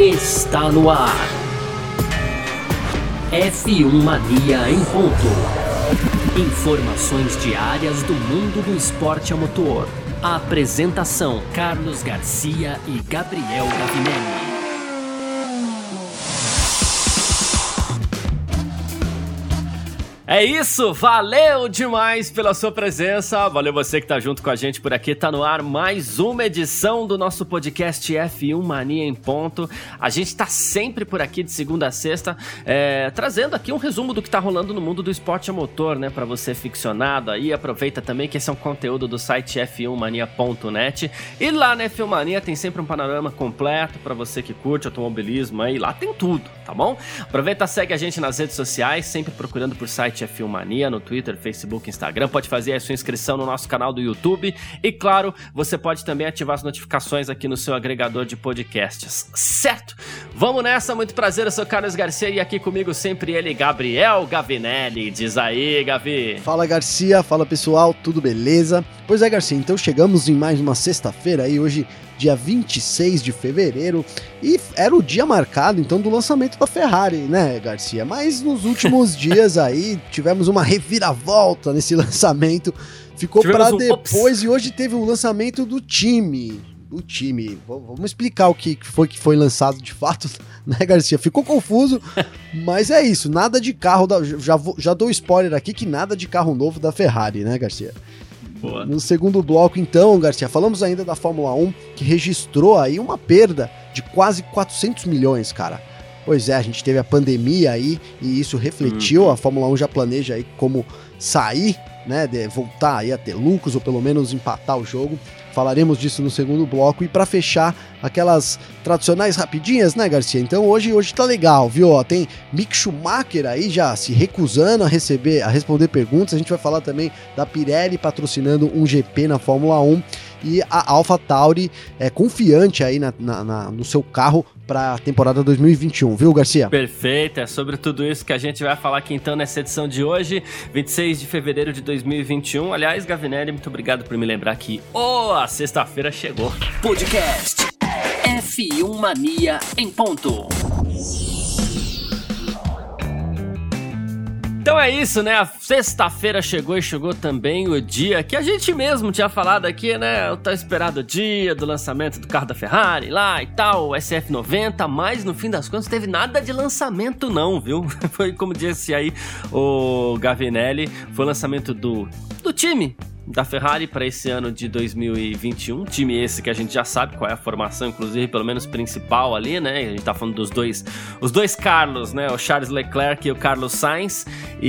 está no ar. F1 Mania em ponto. Informações diárias do mundo do esporte a motor. A apresentação: Carlos Garcia e Gabriel Gavinelli. É isso, valeu demais pela sua presença, valeu você que tá junto com a gente por aqui, tá no ar mais uma edição do nosso podcast F1 Mania em ponto. A gente tá sempre por aqui de segunda a sexta, trazendo aqui um resumo do que tá rolando no mundo do esporte a motor, né, pra você ficcionado aí. Aproveita também que esse é um conteúdo do site f1mania.net, e lá na F1 Mania tem sempre um panorama completo pra você que curte automobilismo aí, lá tem tudo, tá bom? Aproveita, segue a gente nas redes sociais, sempre procurando por site F1 Mania, no Twitter, Facebook, Instagram. Pode fazer a sua inscrição no nosso canal do YouTube. E claro, você pode também ativar as notificações aqui no seu agregador de podcasts, certo? Vamos nessa, muito prazer, eu sou Carlos Garcia e aqui comigo sempre ele, Gabriel Gavinelli. Diz aí, Gavi. Fala, Garcia, fala pessoal, tudo beleza? Pois é, Garcia, então chegamos em mais uma sexta-feira aí, hoje dia 26 de fevereiro, e era o dia marcado, então, do lançamento da Ferrari, né, Garcia? Mas nos últimos dias aí, tivemos uma reviravolta nesse lançamento, ficou para depois, e hoje teve o lançamento do time. Vamos explicar o que foi lançado de fato, né, Garcia? Ficou confuso, mas é isso, nada de carro, já dou spoiler aqui que nada de carro novo da Ferrari, né, Garcia? Boa. No segundo bloco, então, Garcia, falamos ainda da Fórmula 1, que registrou aí uma perda de quase 400 milhões, cara. Pois é, a gente teve a pandemia aí e isso refletiu, a Fórmula 1 já planeja aí como sair, né, voltar aí a ter lucros ou pelo menos empatar o jogo. Falaremos disso no segundo bloco, e para fechar, aquelas tradicionais rapidinhas, né, Garcia? Então hoje tá legal, viu? Ó, tem Mick Schumacher aí já se recusando a responder perguntas. A gente vai falar também da Pirelli patrocinando um GP na Fórmula 1, e a AlphaTauri é confiante aí no seu carro para a temporada 2021, viu, Garcia? Perfeito, é sobre tudo isso que a gente vai falar aqui então nessa edição de hoje, 26 de fevereiro de 2021. Aliás, Gavinelli, muito obrigado por me lembrar que a sexta-feira chegou. Podcast F1 Mania em ponto. Então é isso, né? A sexta-feira chegou e chegou também o dia que a gente mesmo tinha falado aqui, né? O tão esperado dia do lançamento do carro da Ferrari lá e tal, o SF90, mas no fim das contas não teve nada de lançamento não, viu? Foi como disse aí o Gavinelli, foi o lançamento do time da Ferrari para esse ano de 2021, time esse que a gente já sabe qual é a formação, inclusive pelo menos principal ali, né, a gente tá falando os dois Carlos, né, o Charles Leclerc e o Carlos Sainz,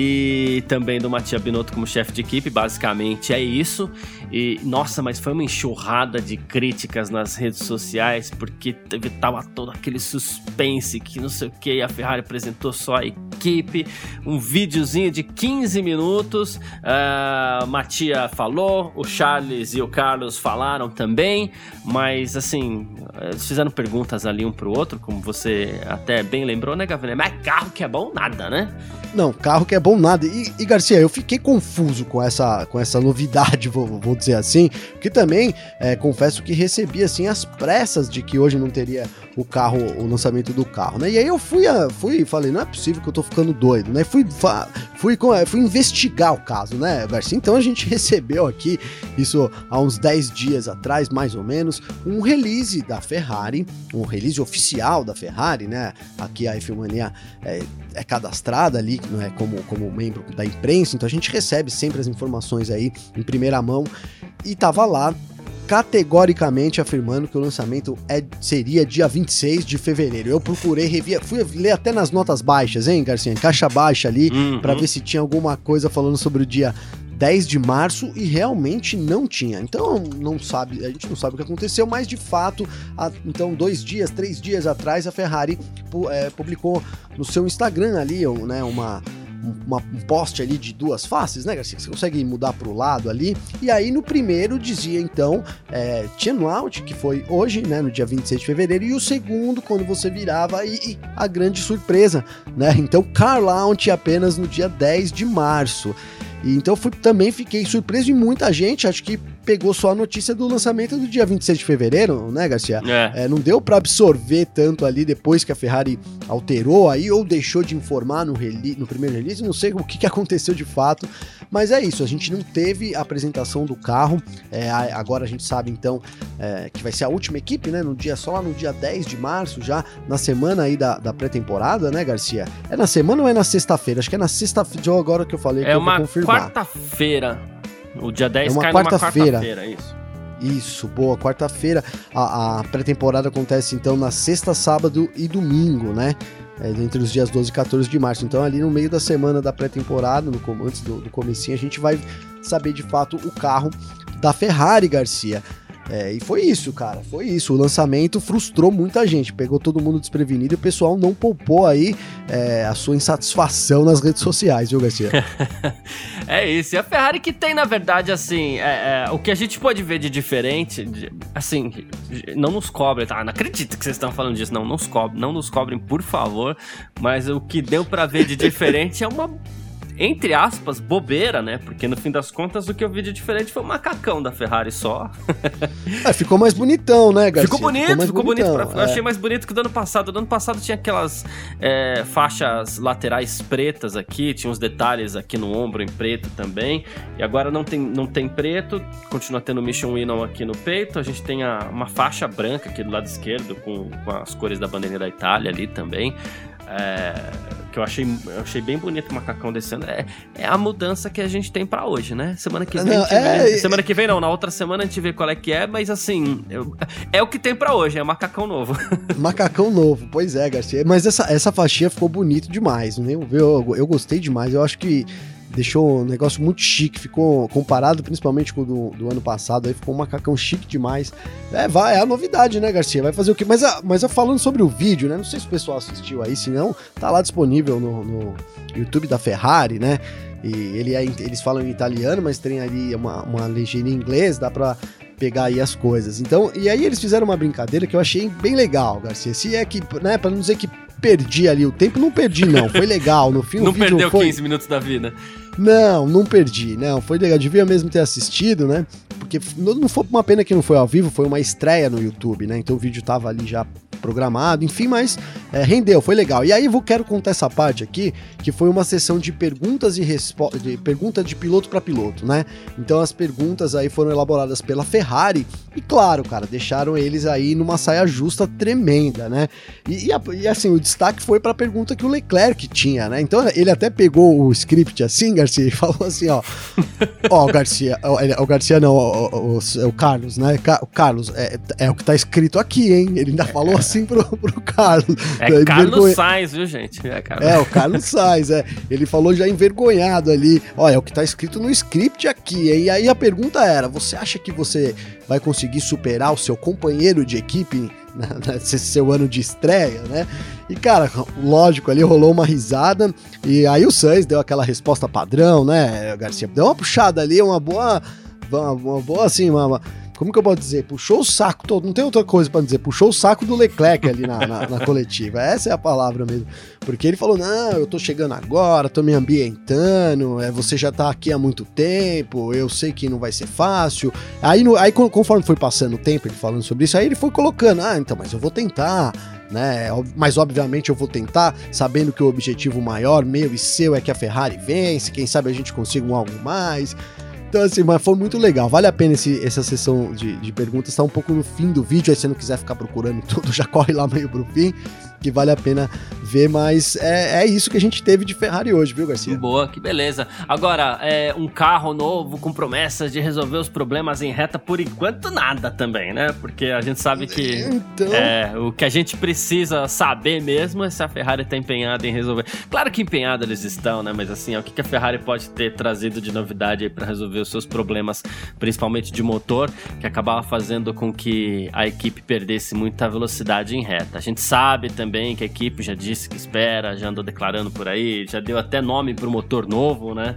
e também do Mattia Binotto como chefe de equipe, basicamente é isso. E nossa, mas foi uma enxurrada de críticas nas redes sociais, porque tava todo aquele suspense que não sei o que, a Ferrari apresentou só a equipe, um videozinho de 15 minutos, Mattia falou, o Charles e o Carlos falaram também, mas assim, eles fizeram perguntas ali um pro outro, como você até bem lembrou, né, Gavinelli? Mas carro que é bom nada, né? Não, carro que é bom nada. E Garcia, eu fiquei confuso com essa novidade, vou dizer assim, porque também confesso que recebi assim as pressas de que hoje não teria o lançamento do carro, né? E aí eu fui e falei, não é possível que eu tô ficando doido, né? Fui investigar o caso, né, Garcia? Então a gente recebeu aqui, isso há uns 10 dias atrás, mais ou menos, um release da Ferrari, um release oficial da Ferrari, né? Aqui a F1 Mania é cadastrada ali, né, como membro da imprensa, então a gente recebe sempre as informações aí em primeira mão, e tava lá categoricamente afirmando que o lançamento seria dia 26 de fevereiro. Eu procurei, fui ler até nas notas baixas, hein, Garcia? Em caixa baixa ali, pra ver se tinha alguma coisa falando sobre o dia 10 de março, e realmente não tinha. Então a gente não sabe o que aconteceu, mas de fato, então 2 dias, 3 dias atrás, a Ferrari publicou no seu Instagram ali, né, um post ali de 2 faces, né, Garcia? Você consegue mudar pro lado ali, e aí no primeiro dizia então Channel Launch, que foi hoje, né, no dia 26 de fevereiro, e o segundo, quando você virava, e a grande surpresa, né, então Car Launch apenas no dia 10 de março. E então também fiquei surpreso, e muita gente, acho que pegou só a notícia do lançamento do dia 26 de fevereiro, né, Garcia? Não deu para absorver tanto ali depois que a Ferrari alterou aí, ou deixou de informar no primeiro release, não sei o que aconteceu de fato, mas é isso, a gente não teve a apresentação do carro, agora a gente sabe então que vai ser a última equipe, né, só lá no dia 10 de março, já na semana aí da pré-temporada, né, Garcia? É na semana ou é na sexta-feira? Acho que é na sexta-feira, agora que eu falei, que eu vou confirmar. É uma quarta-feira. O dia 10 cai numa quarta-feira, isso. Isso, boa, quarta-feira. A pré-temporada acontece então na sexta, sábado e domingo, né? Entre os dias 12 e 14 de março. Então ali no meio da semana da pré-temporada, antes do comecinho, a gente vai saber de fato o carro da Ferrari, Garcia. E foi isso, cara, foi isso. O lançamento frustrou muita gente, pegou todo mundo desprevenido e o pessoal não poupou aí a sua insatisfação nas redes sociais, viu, Garcia? É isso, e a Ferrari que tem, na verdade, assim, o que a gente pode ver de diferente, assim, não nos cobrem, tá? Não acredito que vocês estão falando disso, não nos cobrem, por favor, mas o que deu pra ver de diferente é uma... entre aspas, bobeira, né? Porque no fim das contas o que eu vi de diferente foi o macacão da Ferrari só. Ficou mais bonitão, né, Garcia? Ficou bonito. Eu achei mais bonito que o do ano passado. O do ano passado tinha aquelas faixas laterais pretas aqui, tinha uns detalhes aqui no ombro em preto também. E agora não tem preto, continua tendo Mission Winnow aqui no peito. A gente tem uma faixa branca aqui do lado esquerdo com as cores da bandeira da Itália ali também. Que eu achei bem bonito o macacão desse ano. É a mudança que a gente tem pra hoje, né? Semana que vem semana que vem não, na outra semana a gente vê qual é que é, mas assim, é o que tem pra hoje, é macacão novo. Macacão novo, pois é, Garcia. Mas essa faixinha ficou bonito demais, né? Eu gostei demais, eu acho que deixou um negócio muito chique, ficou comparado principalmente com o do ano passado, aí ficou um macacão chique demais. É a novidade, né, Garcia? Vai fazer o quê? Mas falando sobre o vídeo, né? Não sei se o pessoal assistiu aí, se não, tá lá disponível no YouTube da Ferrari, né? E eles falam em italiano, mas tem ali uma legenda em inglês, dá pra pegar aí as coisas. Então, e aí eles fizeram uma brincadeira que eu achei bem legal, Garcia. Se é que, né, pra não dizer que perdi ali o tempo, não perdi não, foi legal. No fim, não o vídeo perdeu 15 minutos da vida. Não perdi, não, foi legal, devia mesmo ter assistido, né, porque não foi uma pena que não foi ao vivo, foi uma estreia no YouTube, né, então o vídeo tava ali já programado, enfim, mas rendeu, foi legal. E aí quero contar essa parte aqui, que foi uma sessão de perguntas e respostas, pergunta de piloto para piloto, né? Então as perguntas aí foram elaboradas pela Ferrari e claro, cara, deixaram eles aí numa saia justa tremenda, né? E assim, o destaque foi pra pergunta que o Leclerc tinha, né? Então ele até pegou o script assim, Garcia, e falou assim, ó, Garcia, o Garcia não, o Carlos, né? O Carlos, é o que tá escrito aqui, hein? Ele ainda falou assim pro Carlos. Carlos Sainz, viu, gente? O Carlos Sainz, ele falou já envergonhado ali, é o que tá escrito no script aqui, hein? E aí a pergunta era, você acha que você vai conseguir superar o seu companheiro de equipe nesse seu ano de estreia, né? E cara, lógico, ali rolou uma risada e aí o Sainz deu aquela resposta padrão, né, Garcia? Deu uma puxada ali, uma boa assim, como que eu posso dizer? Puxou o saco todo, não tem outra coisa pra dizer, puxou o saco do Leclerc ali na coletiva, essa é a palavra mesmo, porque ele falou, não, eu tô chegando agora, tô me ambientando, você já tá aqui há muito tempo, eu sei que não vai ser fácil, aí conforme foi passando o tempo, ele falando sobre isso, aí ele foi colocando, então, mas eu vou tentar, né, mas obviamente eu vou tentar, sabendo que o objetivo maior, meu e seu, é que a Ferrari vence, quem sabe a gente consiga algo mais. Então assim, mas foi muito legal, vale a pena essa sessão de perguntas, tá um pouco no fim do vídeo, aí se você não quiser ficar procurando tudo, já corre lá meio pro fim, que vale a pena ver, mas é isso que a gente teve de Ferrari hoje, viu, Garcia? Boa, que beleza. Agora, um carro novo com promessas de resolver os problemas em reta, por enquanto nada também, né? Porque a gente sabe que o que a gente precisa saber mesmo é se a Ferrari tá empenhada em resolver. Claro que empenhada eles estão, né? Mas assim, o que a Ferrari pode ter trazido de novidade aí pra resolver os seus problemas, principalmente de motor, que acabava fazendo com que a equipe perdesse muita velocidade em reta. A gente sabe também que a equipe já disse que espera, já andou declarando por aí, já deu até nome pro motor novo, né?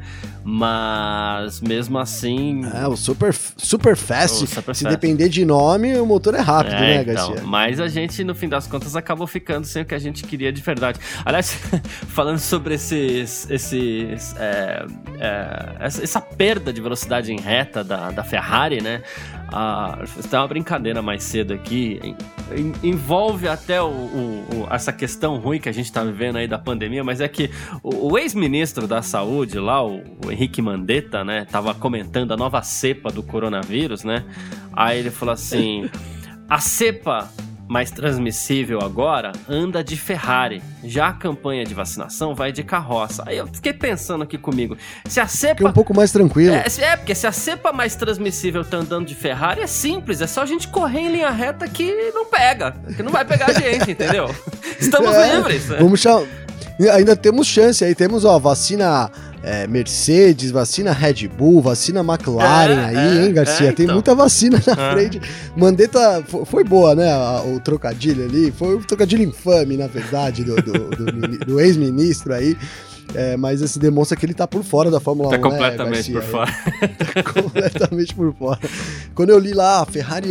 Mas mesmo assim... o Super Fast, se depender de nome, o motor é rápido, né, Garcia? Então, mas a gente, no fim das contas, acabou ficando sem o que a gente queria de verdade. Aliás, falando sobre essa perda de velocidade velocidade em reta da Ferrari, né? Tem uma brincadeira mais cedo aqui, envolve até essa questão ruim que a gente tá vivendo aí da pandemia, mas é que o ex-ministro da Saúde lá, o Henrique Mandetta, né, tava comentando a nova cepa do coronavírus, né? Aí ele falou assim, a cepa mais transmissível agora anda de Ferrari, já a campanha de vacinação vai de carroça. Aí eu fiquei pensando aqui comigo, se a cepa... Fiquei um pouco mais tranquilo. Porque se a cepa mais transmissível tá andando de Ferrari, é simples, é só a gente correr em linha reta que não pega, que não vai pegar a gente, entendeu? Estamos livres. Vamos chamar... Ainda temos chance aí, temos vacina... Mercedes, vacina Red Bull, vacina McLaren hein, Garcia? Tem muita vacina na frente. Mandetta foi boa, né? O trocadilho ali. Foi um trocadilho infame, na verdade, do ex-ministro aí. Mas esse demonstra que ele tá por fora da Fórmula 1. Tá completamente por fora. Tá completamente por fora. Quando eu li lá, a Ferrari...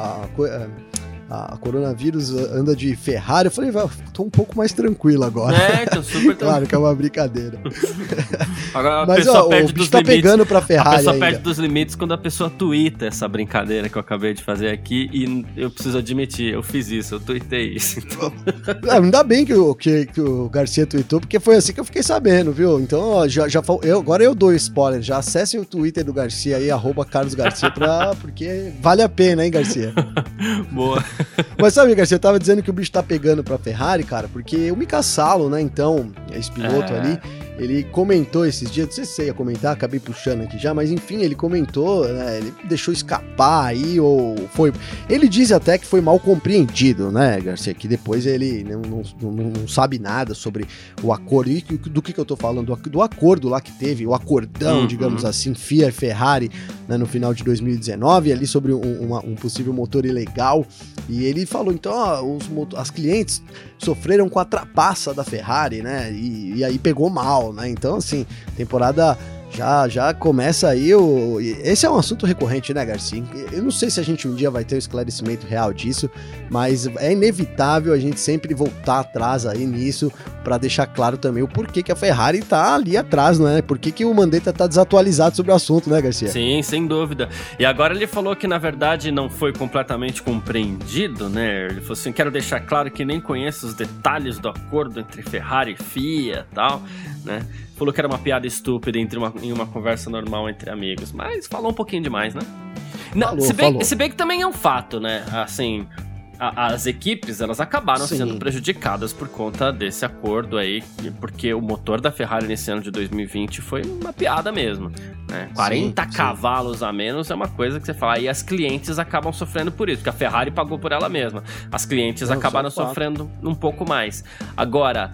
A coronavírus anda de Ferrari, eu falei, tô um pouco mais tranquilo agora. Tô super Claro que é uma brincadeira. Agora a Mas pessoa perde o dos tá limites. Pegando pra Ferrari. A pessoa ainda perde dos limites quando a pessoa tuita essa brincadeira que eu acabei de fazer aqui, e eu preciso admitir, eu fiz isso, eu tuitei isso. Então... Ainda bem que o Garcia tuitou, porque foi assim que eu fiquei sabendo, viu? Então, agora eu dou spoiler, já acessem o Twitter do Garcia aí, @CarlosGarcia, porque vale a pena, hein, Garcia? Boa. Mas sabe, Garcia, eu tava dizendo que o bicho tá pegando pra Ferrari, cara, porque o Mika Salo, né, então, esse piloto ali, ele comentou esses dias, não sei se você ia comentar, acabei puxando aqui já, mas enfim, ele comentou, né, ele deixou escapar aí, ou foi... Ele diz até que foi mal compreendido, né, Garcia, que depois ele não sabe nada sobre o acordo, e do que eu tô falando, do acordo lá que teve, o acordão, digamos assim, FIA e Ferrari, né, no final de 2019, ali sobre um possível motor ilegal, e ele falou, então, as clientes sofreram com a trapaça da Ferrari, né, e aí pegou mal, né, então, assim, temporada já começa aí, esse é um assunto recorrente, né, Garcia? Eu não sei se a gente um dia vai ter um esclarecimento real disso, mas é inevitável a gente sempre voltar atrás aí nisso, pra deixar claro também o porquê que a Ferrari tá ali atrás, né, por que o Mandetta tá desatualizado sobre o assunto, né, Garcia? Sim, sem dúvida. E agora ele falou que, na verdade, não foi completamente compreendido, né, ele falou assim, quero deixar claro que nem conheço os detalhes do acordo entre Ferrari e FIA e tal, né, falou que era uma piada estúpida em uma conversa normal entre amigos, mas falou um pouquinho demais, né? Não, se bem que também é um fato, né? Assim, as equipes, elas acabaram sendo prejudicadas por conta desse acordo aí, porque o motor da Ferrari nesse ano de 2020 foi uma piada mesmo, né? 40 cavalos a menos é uma coisa que você fala, e as clientes acabam sofrendo por isso, porque a Ferrari pagou por ela mesma, as clientes acabaram sofrendo um pouco mais. Agora,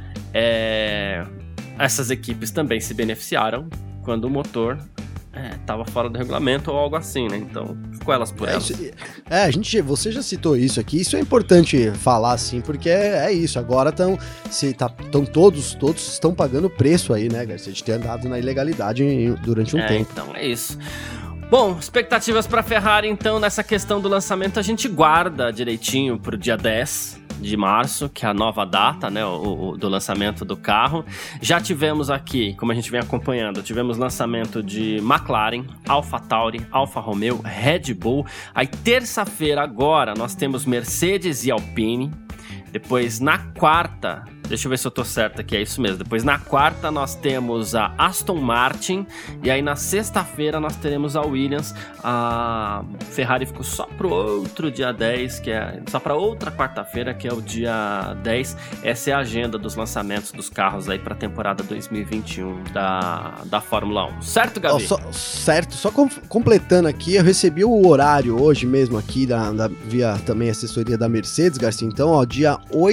essas equipes também se beneficiaram quando o motor estava fora do regulamento ou algo assim, né? Então, ficou elas por elas. Você já citou isso aqui, isso é importante falar assim, porque é isso, agora todos estão pagando preço aí, né, Garcia, de ter andado na ilegalidade durante um tempo. Então, é isso. Bom, expectativas para a Ferrari, então, nessa questão do lançamento, a gente guarda direitinho pro dia 10 de março, que é a nova data, né, do lançamento do carro. Já tivemos aqui, como a gente vem acompanhando, tivemos lançamento de McLaren, AlphaTauri, Alfa Romeo, Red Bull. Aí terça-feira agora nós temos Mercedes e Alpine. Depois na quarta, deixa eu ver se eu tô certo aqui, é isso mesmo. Depois na quarta nós temos a Aston Martin. E aí na sexta-feira nós teremos a Williams. A Ferrari ficou só pro outro dia 10, que é só pra outra quarta-feira, que é o dia 10. Essa é a agenda dos lançamentos dos carros aí pra temporada 2021 da Fórmula 1. Certo, Gabi? Certo, só completando aqui, eu recebi o horário hoje mesmo aqui via também assessoria da Mercedes, Garcia. Então, ó, dia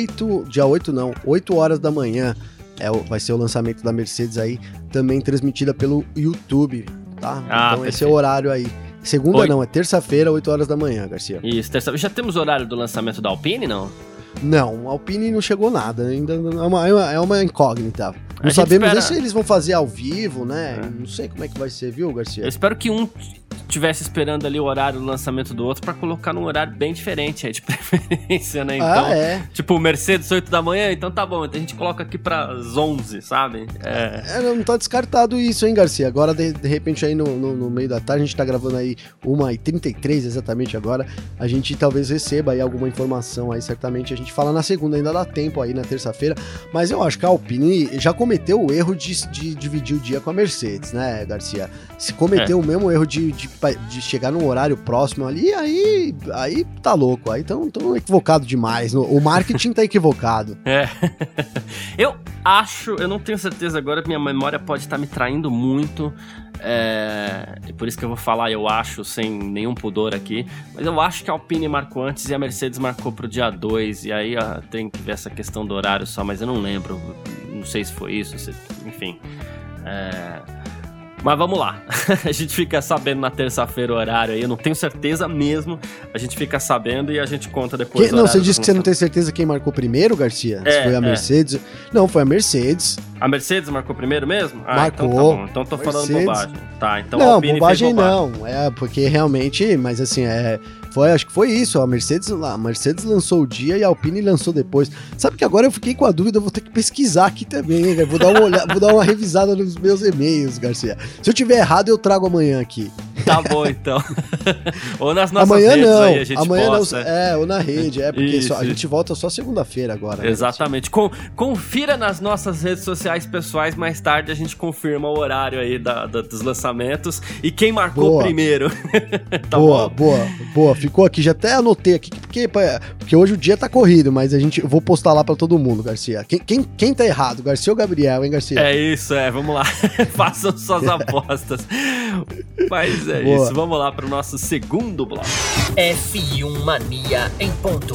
8 horas da manhã vai ser o lançamento da Mercedes aí, também transmitida pelo YouTube, tá? Então perfeito. Esse é o horário aí. Segunda não, é terça-feira, 8 horas da manhã, Garcia. Isso, terça-feira. Já temos o horário do lançamento da Alpine, não? Não, a Alpine não chegou nada, ainda é uma incógnita. Não sabemos nem se eles vão fazer ao vivo, né? Não sei como é que vai ser, viu, Garcia? Eu espero que estivesse esperando ali o horário do lançamento do outro pra colocar num horário bem diferente aí, de preferência, né? Então, tipo, Mercedes 8 da manhã, então tá bom, então a gente coloca aqui pras 11, sabe? Não tá descartado isso, hein, Garcia? Agora, de repente, aí no meio da tarde, a gente tá gravando aí 1h33 exatamente agora, a gente talvez receba aí alguma informação aí, certamente a gente fala na segunda, ainda dá tempo aí na terça-feira, mas eu acho que a Alpine já cometeu o erro de dividir o dia com a Mercedes, né, Garcia? Se cometeu o mesmo erro de chegar num horário próximo ali, aí tá louco, aí tão equivocado demais, o marketing tá equivocado. Eu não tenho certeza agora, minha memória pode estar me traindo muito, e por isso que eu vou falar eu acho, sem nenhum pudor aqui, mas eu acho que a Alpine marcou antes e a Mercedes marcou pro dia 2, e aí tem que ver essa questão do horário só, mas eu não lembro, não sei se foi isso, enfim, mas vamos lá, a gente fica sabendo na terça-feira o horário aí, eu não tenho certeza mesmo, a gente fica sabendo e a gente conta depois. Não, você disse que você não tem certeza quem marcou primeiro, Garcia? Se foi a Mercedes? Não, foi a Mercedes. A Mercedes marcou primeiro mesmo? Marcou. Então tá bom, então tô falando bobagem. Tá, então não, a Alpine bobagem fez bobagem. Não, porque realmente, mas assim, acho que foi isso, a Mercedes lançou o dia e a Alpine lançou depois. Sabe que agora eu fiquei com a dúvida, eu vou ter que pesquisar aqui também, né? Vou dar uma revisada nos meus e-mails, Garcia. Se eu tiver errado, eu trago amanhã aqui. Tá bom, então. Ou nas nossas amanhã redes não, aí a gente amanhã posta. Não, ou na rede, porque a gente volta só segunda-feira agora. Exatamente. Né? Confira nas nossas redes sociais pessoais, mais tarde a gente confirma o horário aí dos lançamentos e quem marcou primeiro. Tá boa. Ficou aqui, já até anotei aqui, porque hoje o dia tá corrido, mas eu vou postar lá pra todo mundo, Garcia. Quem tá errado, Garcia ou Gabriel, hein, Garcia? É isso, vamos lá. Façam suas apostas. Mas isso, vamos lá pro nosso segundo bloco. F1 Mania em ponto.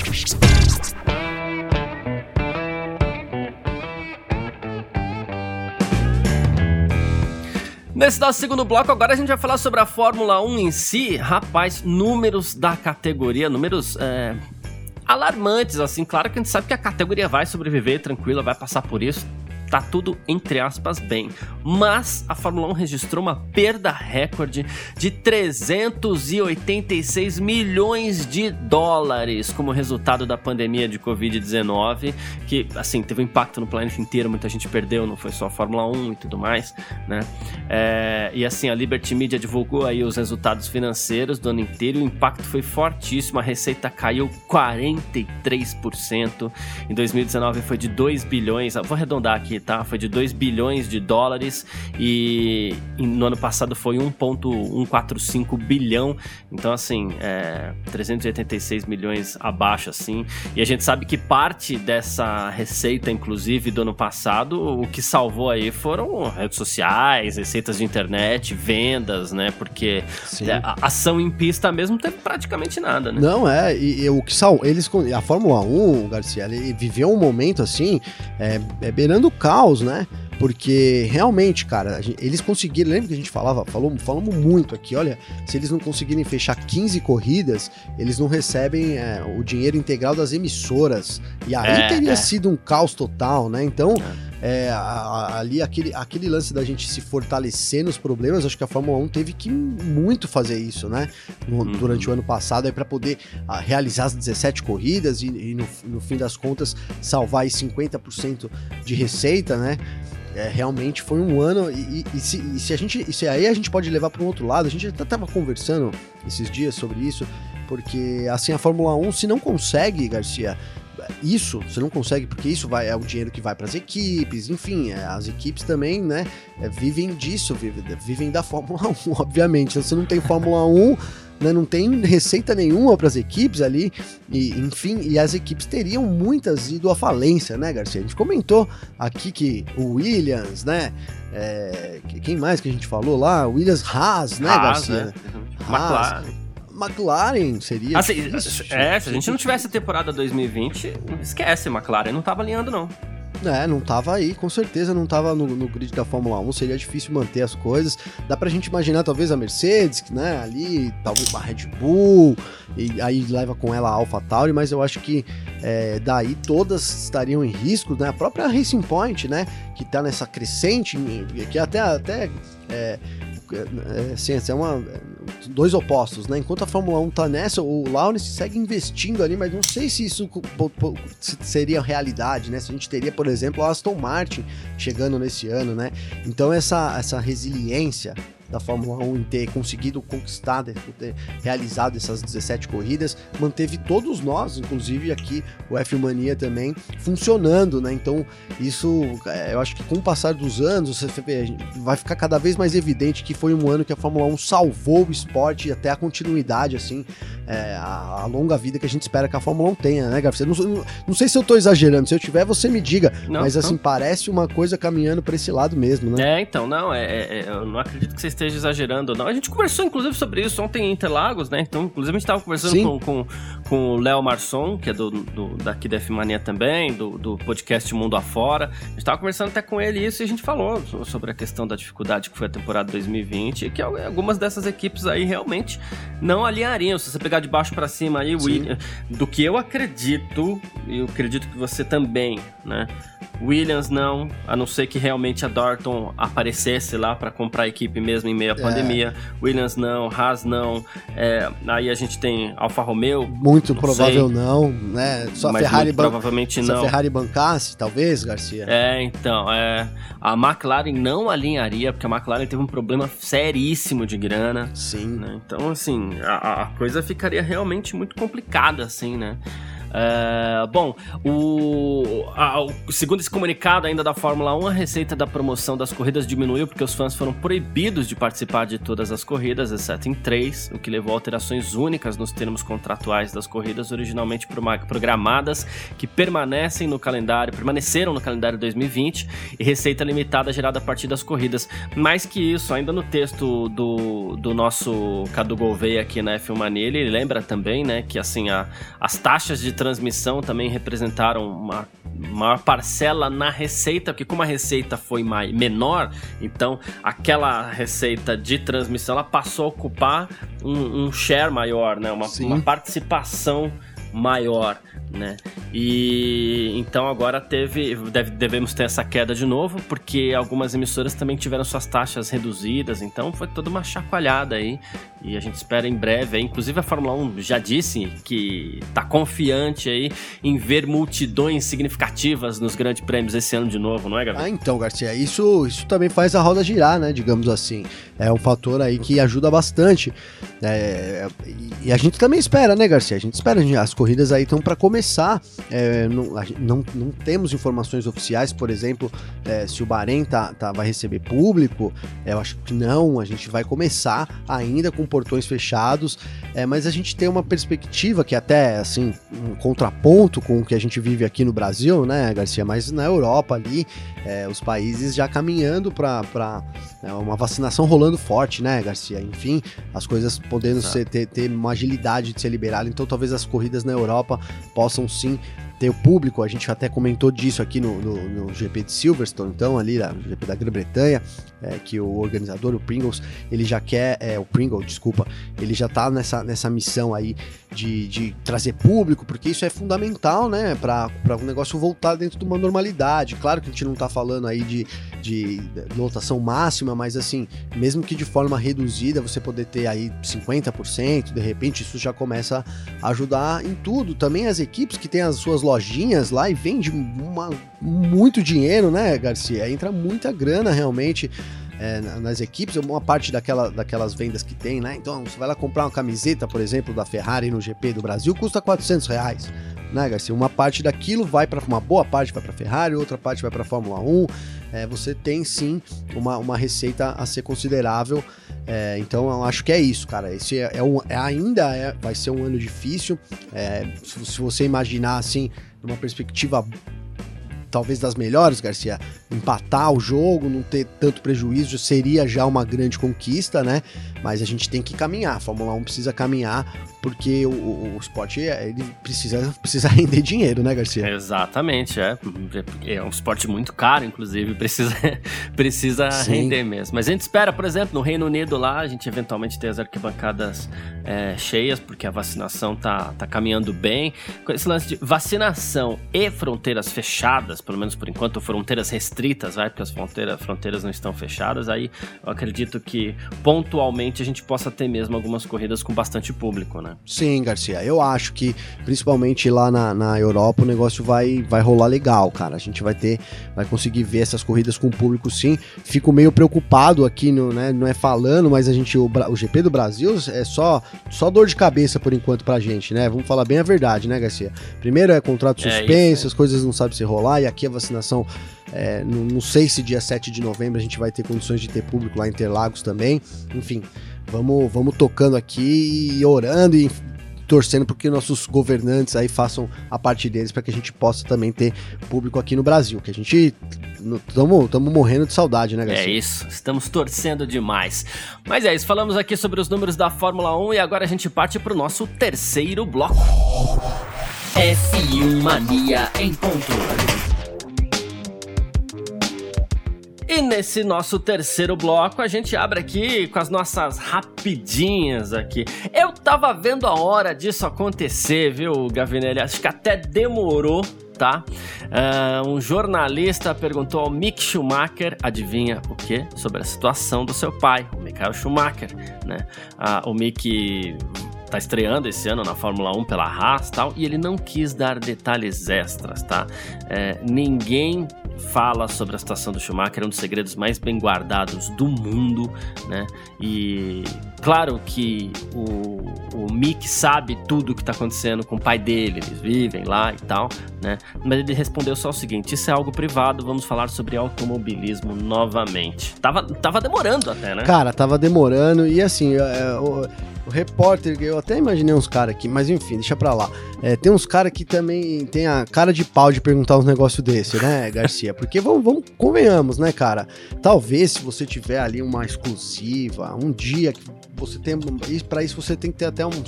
Nesse nosso segundo bloco, agora a gente vai falar sobre a Fórmula 1 em si. Rapaz, números da categoria, números alarmantes, assim. Claro que a gente sabe que a categoria vai sobreviver, tranquila, vai passar por isso. Tá tudo, entre aspas, bem. Mas a Fórmula 1 registrou uma perda recorde de 386 milhões de dólares como resultado da pandemia de Covid-19, que, assim, teve um impacto no planeta inteiro, muita gente perdeu, não foi só a Fórmula 1 e tudo mais, né? E assim, a Liberty Media divulgou aí os resultados financeiros do ano inteiro e o impacto foi fortíssimo, a receita caiu 43%, em 2019 foi de 2 bilhões, vou arredondar aqui, tá? Foi de 2 bilhões de dólares e no ano passado foi 1,145 bilhão, então assim, 386 milhões abaixo, assim, e a gente sabe que parte dessa receita, inclusive, do ano passado, o que salvou aí foram redes sociais, receitas de internet, vendas, né, porque a ação em pista mesmo não teve praticamente nada, né? Não, e o que a Fórmula 1, Garcia, ele viveu um momento assim, beirando o caos, né? Porque realmente, cara, eles conseguiram, lembra que a gente falamos muito aqui, olha, se eles não conseguirem fechar 15 corridas, eles não recebem o dinheiro integral das emissoras, e aí teria sido um caos total, né? Então, ali aquele lance da gente se fortalecer nos problemas, acho que a Fórmula 1 teve que muito fazer isso, né? Durante o ano passado, aí para poder realizar as 17 corridas e no fim das contas salvar aí 50% de receita, né? Realmente foi um ano e aí a gente pode levar para um outro lado. A gente até estava conversando esses dias sobre isso, porque assim a Fórmula 1 se não consegue, Garcia, você não consegue, porque isso é o dinheiro que vai para as equipes, enfim, as equipes também, né, vivem disso, vivem da Fórmula 1, obviamente. Se você não tem Fórmula 1, né, não tem receita nenhuma para as equipes ali, e enfim, e as equipes teriam muitas ido à falência, né, Garcia? A gente comentou aqui que o Williams, né, quem mais que a gente falou lá? Williams, Haas, né, Garcia? Né? Haas, McLaren seria difícil, se a gente não tivesse a temporada 2020, esquece, McLaren não tava alinhando, não. Não tava aí, com certeza não tava no grid da Fórmula 1, seria difícil manter as coisas. Dá pra gente imaginar talvez a Mercedes, né, ali, talvez a Red Bull, e aí leva com ela a AlphaTauri, mas eu acho que daí todas estariam em risco, né, a própria Racing Point, né, que tá nessa crescente, que até assim, dois opostos, né? Enquanto a Fórmula 1 tá nessa, o Lawrence segue investindo ali, mas não sei se isso seria realidade, né? Se a gente teria, por exemplo, a Aston Martin chegando nesse ano, né? Então essa resiliência da Fórmula 1 em ter conseguido conquistar, ter realizado essas 17 corridas, manteve todos nós, inclusive aqui o F1 Mania também, funcionando, né? Então isso, eu acho que com o passar dos anos, vai ficar cada vez mais evidente que foi um ano que a Fórmula 1 salvou o esporte e até a continuidade, assim, a longa vida que a gente espera que a Fórmula 1 tenha, né, Garcia? Não sei se eu tô exagerando, se eu tiver, você me diga, mas assim, parece uma coisa caminhando para esse lado mesmo, né? Então, eu não acredito que vocês esteja exagerando ou não. A gente conversou, inclusive, sobre isso ontem em Interlagos, né? Então, inclusive, a gente estava conversando com o Léo Marçom, que é daqui da F-Mania também, do podcast Mundo Afora. A gente estava conversando até com ele isso e a gente falou sobre a questão da dificuldade que foi a temporada 2020 e que algumas dessas equipes aí realmente não alinhariam. Se você pegar de baixo para cima aí, do que eu acredito, e eu acredito que você também, né? Williams não, a não ser que realmente a Dorton aparecesse lá para comprar a equipe mesmo em meio à pandemia. Williams não, Haas não, aí a gente tem Alfa Romeo. Muito provável não, né? Só a Ferrari provavelmente não. Se a Ferrari bancasse, talvez, Garcia. A McLaren não alinharia, porque a McLaren teve um problema seríssimo de grana. Sim. Né? Então, assim, a coisa ficaria realmente muito complicada, assim, né? Segundo esse comunicado ainda da Fórmula 1, a receita da promoção das corridas diminuiu porque os fãs foram proibidos de participar de todas as corridas, exceto em 3, o que levou a alterações únicas nos termos contratuais das corridas originalmente programadas, que permaneceram no calendário 2020, e receita limitada gerada a partir das corridas. Mais que isso, ainda no texto do nosso Cadu Gouveia aqui na F1 Mania, ele lembra também, né, que assim, as taxas de transmissão também representaram uma maior parcela na receita, porque como a receita foi menor, então aquela receita de transmissão ela passou a ocupar um share maior, né? Uma participação maior, né? E então agora devemos ter essa queda de novo, porque algumas emissoras também tiveram suas taxas reduzidas, então foi toda uma chacoalhada aí, e a gente espera em breve aí, inclusive a Fórmula 1 já disse que tá confiante aí em ver multidões significativas nos grandes prêmios esse ano de novo, não é, Gabriel? Então, Garcia, isso também faz a roda girar, né, digamos assim, é um fator aí que ajuda bastante, e a gente também espera, né, Garcia, a gente espera, as corridas aí estão para começar, não temos informações oficiais, por exemplo, se o Bahrein vai receber público, eu acho que não, a gente vai começar ainda com portões fechados, mas a gente tem uma perspectiva que até, assim, um contraponto com o que a gente vive aqui no Brasil, né, Garcia, mas na Europa ali, os países já caminhando para uma vacinação rolando forte, né, Garcia, enfim, as coisas podendo ter uma agilidade de ser liberado, então talvez as corridas na Europa possam sim ter o público, a gente até comentou disso aqui no GP de Silverstone, então ali no GP da Grã-Bretanha, que o organizador, o Pringles, ele já quer, ele já tá nessa missão aí de trazer público, porque isso é fundamental, né, para o negócio voltar dentro de uma normalidade. Claro que a gente não tá falando aí de lotação máxima, mas assim, mesmo que de forma reduzida, você poder ter aí 50%, de repente isso já começa a ajudar em tudo. Também as equipes que têm as suas lojinhas lá e vende muito dinheiro, né, Garcia? Entra muita grana realmente nas equipes, uma parte daquelas vendas que tem, né? Então você vai lá comprar uma camiseta, por exemplo, da Ferrari no GP do Brasil, custa R$400, né, Garcia? Uma parte daquilo uma boa parte vai para a Ferrari, outra parte vai para a Fórmula 1, você tem sim uma receita a ser considerável, então eu acho que é isso, cara. Esse vai ser um ano difícil, se você imaginar assim, numa perspectiva talvez das melhores, Garcia, empatar o jogo, não ter tanto prejuízo, seria já uma grande conquista, né? Mas a gente tem que caminhar, a Fórmula 1 precisa caminhar, porque o esporte ele precisa render dinheiro, né, Garcia? Exatamente, é um esporte muito caro, inclusive, precisa render mesmo. Mas a gente espera, por exemplo, no Reino Unido lá, a gente eventualmente ter as arquibancadas cheias, porque a vacinação tá caminhando bem. Com esse lance de vacinação e fronteiras fechadas, fronteiras, pelo menos por enquanto, fronteiras restritas, porque as fronteiras não estão fechadas, aí eu acredito que pontualmente a gente possa ter mesmo algumas corridas com bastante público, né? Sim, Garcia, eu acho que principalmente lá na Europa o negócio vai rolar legal, cara. A gente vai conseguir ver essas corridas com público, sim. Fico meio preocupado aqui, né, não é falando, mas o GP do Brasil é só dor de cabeça por enquanto pra gente, né? Vamos falar bem a verdade, né, Garcia? Primeiro é contrato suspenso, as coisas não sabem se rolar, e aqui a vacinação, não sei se dia 7 de novembro a gente vai ter condições de ter público lá em Interlagos também. Enfim, vamos tocando aqui e orando e torcendo para que nossos governantes aí façam a parte deles para que a gente possa também ter público aqui no Brasil, que a gente estamos morrendo de saudade, né, Garcia? É isso, estamos torcendo demais. Mas é isso, falamos aqui sobre os números da Fórmula 1 e agora a gente parte para o nosso terceiro bloco. F1 Mania em ponto. E nesse nosso terceiro bloco, a gente abre aqui com as nossas rapidinhas aqui. Eu tava vendo a hora disso acontecer, viu, Gavinelli? Acho que até demorou, tá? Um jornalista perguntou ao Mick Schumacher, adivinha o quê? Sobre a situação do seu pai, o Michael Schumacher, né? O Mick tá estreando esse ano na Fórmula 1 pela Haas e tal, e ele não quis dar detalhes extras, tá? Ninguém fala sobre a situação do Schumacher, é um dos segredos mais bem guardados do mundo, né? E claro que o Mick sabe tudo o que tá acontecendo com o pai dele, eles vivem lá e tal, né? Mas ele respondeu só o seguinte: isso é algo privado, vamos falar sobre automobilismo novamente. Tava demorando até, né? Cara, tava demorando e assim, o repórter, eu até imaginei uns caras aqui, mas enfim, deixa pra lá. Tem uns caras que também tem a cara de pau de perguntar uns negócios desse, né, Garcia? Porque vamos, convenhamos, né, cara? Talvez se você tiver ali uma exclusiva, um dia que você tem, pra isso você tem que ter até uma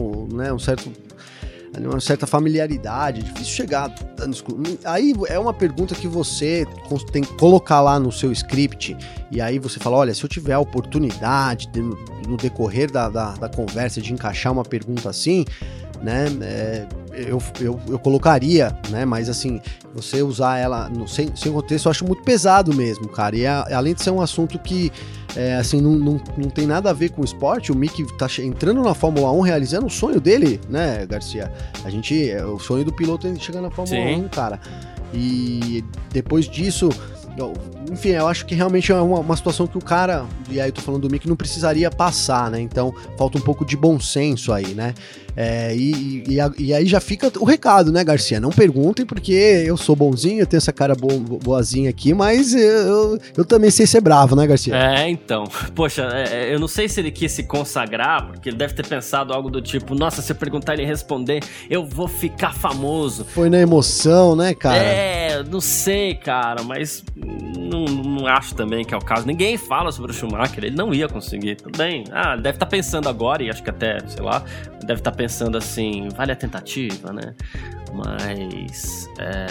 certa familiaridade, é difícil chegar dando exclusiva. Aí é uma pergunta que você tem que colocar lá no seu script, e aí você fala, olha, se eu tiver a oportunidade no decorrer da conversa de encaixar uma pergunta assim, né, eu colocaria, né, mas assim, você usar ela sem contexto eu acho muito pesado mesmo, cara, e além de ser um assunto que assim, não tem nada a ver com o esporte, o Mick tá entrando na Fórmula 1, realizando o sonho dele, né, Garcia? O sonho do piloto é chegar na Fórmula 1, cara, e depois disso, enfim, eu acho que realmente é uma situação que o cara, e aí eu tô falando do Mick, não precisaria passar, né? Então falta um pouco de bom senso aí, né? E aí já fica o recado, né, Garcia? Não perguntem, porque eu sou bonzinho, eu tenho essa cara boazinha aqui, mas eu também sei ser bravo, né, Garcia? Então. Poxa, eu não sei se ele quis se consagrar, porque ele deve ter pensado algo do tipo, nossa, se eu perguntar e ele responder, eu vou ficar famoso. Foi na emoção, né, cara? Não sei, cara, mas não acho também que é o caso. Ninguém fala sobre o Schumacher, ele não ia conseguir, tudo bem. Deve estar pensando agora, e acho que até, sei lá, deve estar pensando assim, vale a tentativa, né? Mas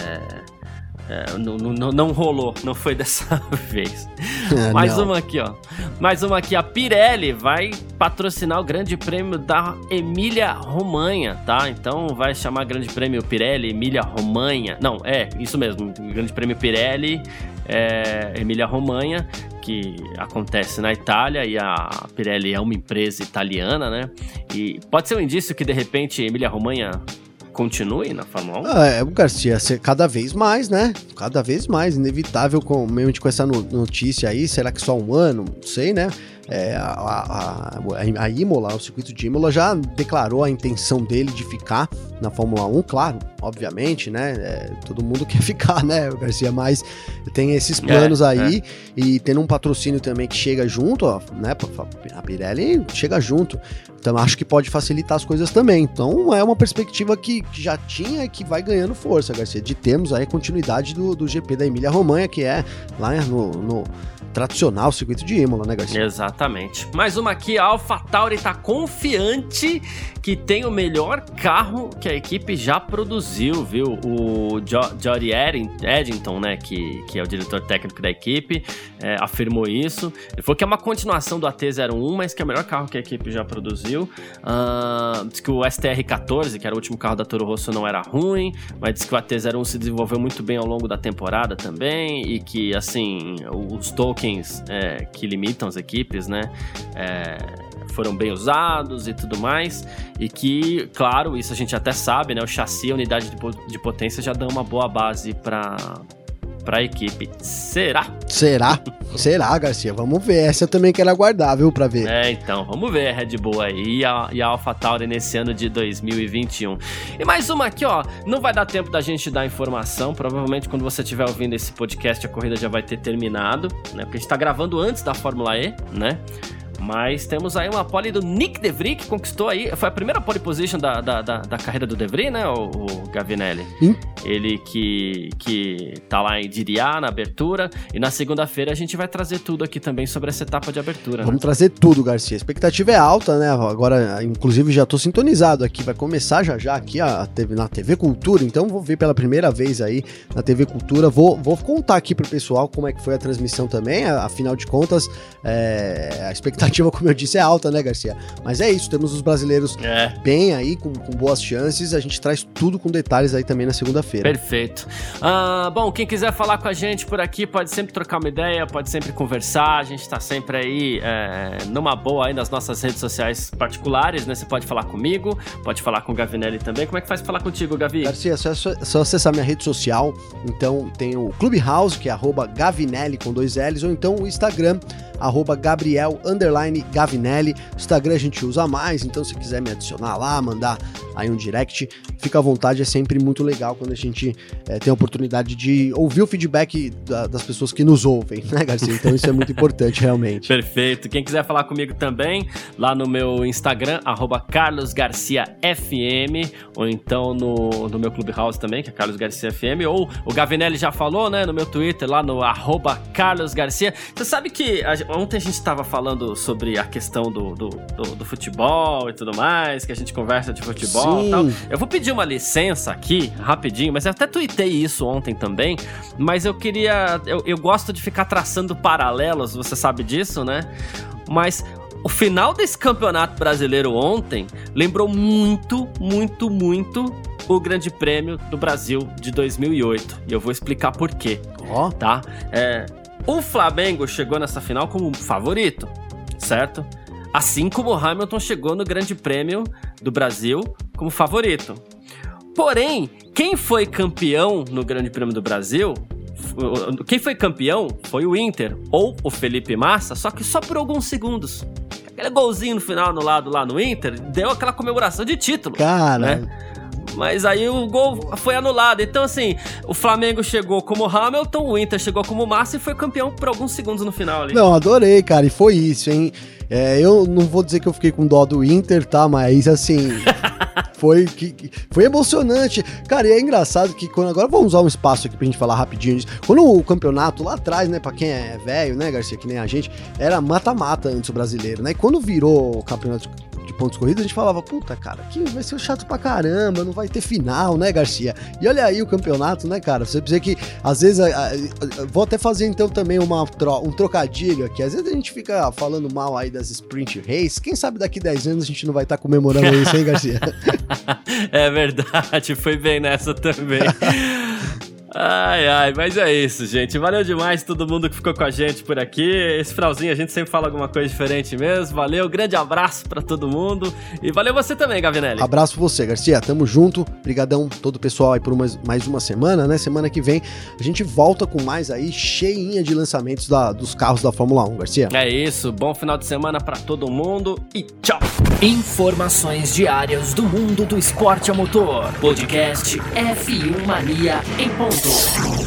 não rolou, não foi dessa vez. Mais uma aqui, a Pirelli vai patrocinar o Grande Prêmio da Emília-Romanha, tá? Então vai chamar Grande Prêmio Pirelli Emília-Romanha. Não, isso mesmo, Grande Prêmio Pirelli Emília-Romanha, que acontece na Itália, e a Pirelli é uma empresa italiana, né? E pode ser um indício que de repente Emília-Romanha continue na Fórmula 1? Garcia, cada vez mais, né? Cada vez mais, inevitável, mesmo com essa notícia aí, será que só um ano? Não sei, né? A Imola, o circuito de Imola já declarou a intenção dele de ficar na Fórmula 1, claro, obviamente, né? Todo mundo quer ficar, né, Garcia? Mas tem esses planos aí, e tendo um patrocínio também que chega junto, ó, né? A Pirelli chega junto. Então acho que pode facilitar as coisas também. Então é uma perspectiva que já tinha e que vai ganhando força, Garcia, de termos aí continuidade do GP da Emília-Romanha, que é lá no tradicional circuito de Imola, né, Garcia? Exatamente. Mais uma aqui, a AlphaTauri tá confiante que tem o melhor carro que a equipe já produziu, viu? O Jody Eddington, né, que é o diretor técnico da equipe, afirmou isso. Ele falou que é uma continuação do AT01, mas que é o melhor carro que a equipe já produziu. Diz que o STR14, que era o último carro da Toro Rosso, não era ruim, mas diz que o AT01 se desenvolveu muito bem ao longo da temporada também, e que, assim, os tokens que limitam as equipes, né, foram bem usados e tudo mais, e que, claro, isso a gente até sabe, né, o chassi e a unidade de potência já dão uma boa base para a equipe. Será? Será, Garcia? Vamos ver. Essa eu também quero aguardar, viu, pra ver. Então, vamos ver a Red Bull aí e a AlphaTauri nesse ano de 2021. E mais uma aqui, ó, não vai dar tempo da gente dar informação, provavelmente quando você estiver ouvindo esse podcast a corrida já vai ter terminado, né, porque a gente tá gravando antes da Fórmula E, né? Mas temos aí uma pole do Nick De Vries, que conquistou aí, foi a primeira pole position da carreira do De Vries, né, o Gavinelli? Ele que tá lá em Diriyah, na abertura, e na segunda-feira a gente vai trazer tudo aqui também sobre essa etapa de abertura. Vamos trazer tudo, Garcia. A expectativa é alta, né, agora, inclusive, já tô sintonizado aqui, vai começar já aqui na TV Cultura, então vou ver pela primeira vez aí na TV Cultura, vou contar aqui pro pessoal como é que foi a transmissão também, afinal de contas, a expectativa, como eu disse, é alta, né, Garcia? Mas é isso, temos os brasileiros bem aí, com boas chances, a gente traz tudo com detalhes aí também na segunda-feira. Perfeito. Bom, quem quiser falar com a gente por aqui, pode sempre trocar uma ideia, pode sempre conversar, a gente tá sempre aí numa boa aí nas nossas redes sociais particulares, né? Você pode falar comigo, pode falar com o Gavinelli também. Como é que faz pra falar contigo, Gavi? Garcia, é só acessar minha rede social, então tem o Clubhouse, que é @Gavinelli com 2 L's, ou então o Instagram, @Gabriel_Gavinelli. O Instagram a gente usa mais, então se quiser me adicionar lá, mandar aí um direct, fica à vontade, é sempre muito legal quando a gente tem a oportunidade de ouvir o feedback das pessoas que nos ouvem, né, Garcia? Então isso é muito importante, realmente. Perfeito. Quem quiser falar comigo também, lá no meu Instagram, @CarlosGarciaFM, ou então no meu Clubhouse também, que é CarlosGarciaFM, ou o Gavinelli já falou, né, no meu Twitter, lá no @CarlosGarcia. Você sabe que ontem a gente estava falando sobre a questão do futebol e tudo mais, que a gente conversa de futebol e tal. Eu vou pedir uma licença aqui, rapidinho, mas eu até tuitei isso ontem também, mas eu gosto de ficar traçando paralelos, você sabe disso, né? Mas o final desse campeonato brasileiro ontem lembrou muito, muito, muito o Grande Prêmio do Brasil de 2008, e eu vou explicar por quê, tá? O Flamengo chegou nessa final como favorito, certo? Assim como o Hamilton chegou no Grande Prêmio do Brasil como favorito. Porém, quem foi campeão no Grande Prêmio do Brasil, quem foi campeão foi o Inter, ou o Felipe Massa, só que só por alguns segundos. Aquele golzinho no final, no lado lá no Inter, deu aquela comemoração de título. Cara... né? Mas aí o gol foi anulado. Então, assim, o Flamengo chegou como Hamilton, o Inter chegou como Massa e foi campeão por alguns segundos no final ali. Não, adorei, cara, e foi isso, hein? Eu não vou dizer que eu fiquei com dó do Inter, tá? Mas, assim, foi emocionante. Cara, e é engraçado que agora vamos usar um espaço aqui pra gente falar rapidinho disso. Quando o campeonato lá atrás, né, pra quem é velho, né, Garcia, que nem a gente, era mata-mata antes o brasileiro, né? E quando virou o campeonato de pontos corridos, a gente falava, puta, cara, que vai ser chato pra caramba, não vai ter final, né, Garcia? E olha aí o campeonato, né, cara? Você precisa que, às vezes, vou até fazer então também um trocadilho aqui, às vezes a gente fica falando mal aí das sprint race, quem sabe daqui 10 anos a gente não vai estar comemorando isso, hein, Garcia? É verdade, foi bem nessa também. Mas é isso, gente. Valeu demais todo mundo que ficou com a gente por aqui. Esse finalzinho a gente sempre fala alguma coisa diferente mesmo. Valeu, grande abraço pra todo mundo. E valeu você também, Gavinelli. Abraço você, Garcia. Tamo junto. Obrigadão todo o pessoal aí por mais uma semana, né? Semana que vem a gente volta com mais aí, cheinha de lançamentos dos carros da Fórmula 1, Garcia. É isso. Bom final de semana pra todo mundo e tchau. Informações diárias do mundo do esporte a motor. Podcast F1 Mania em ponto.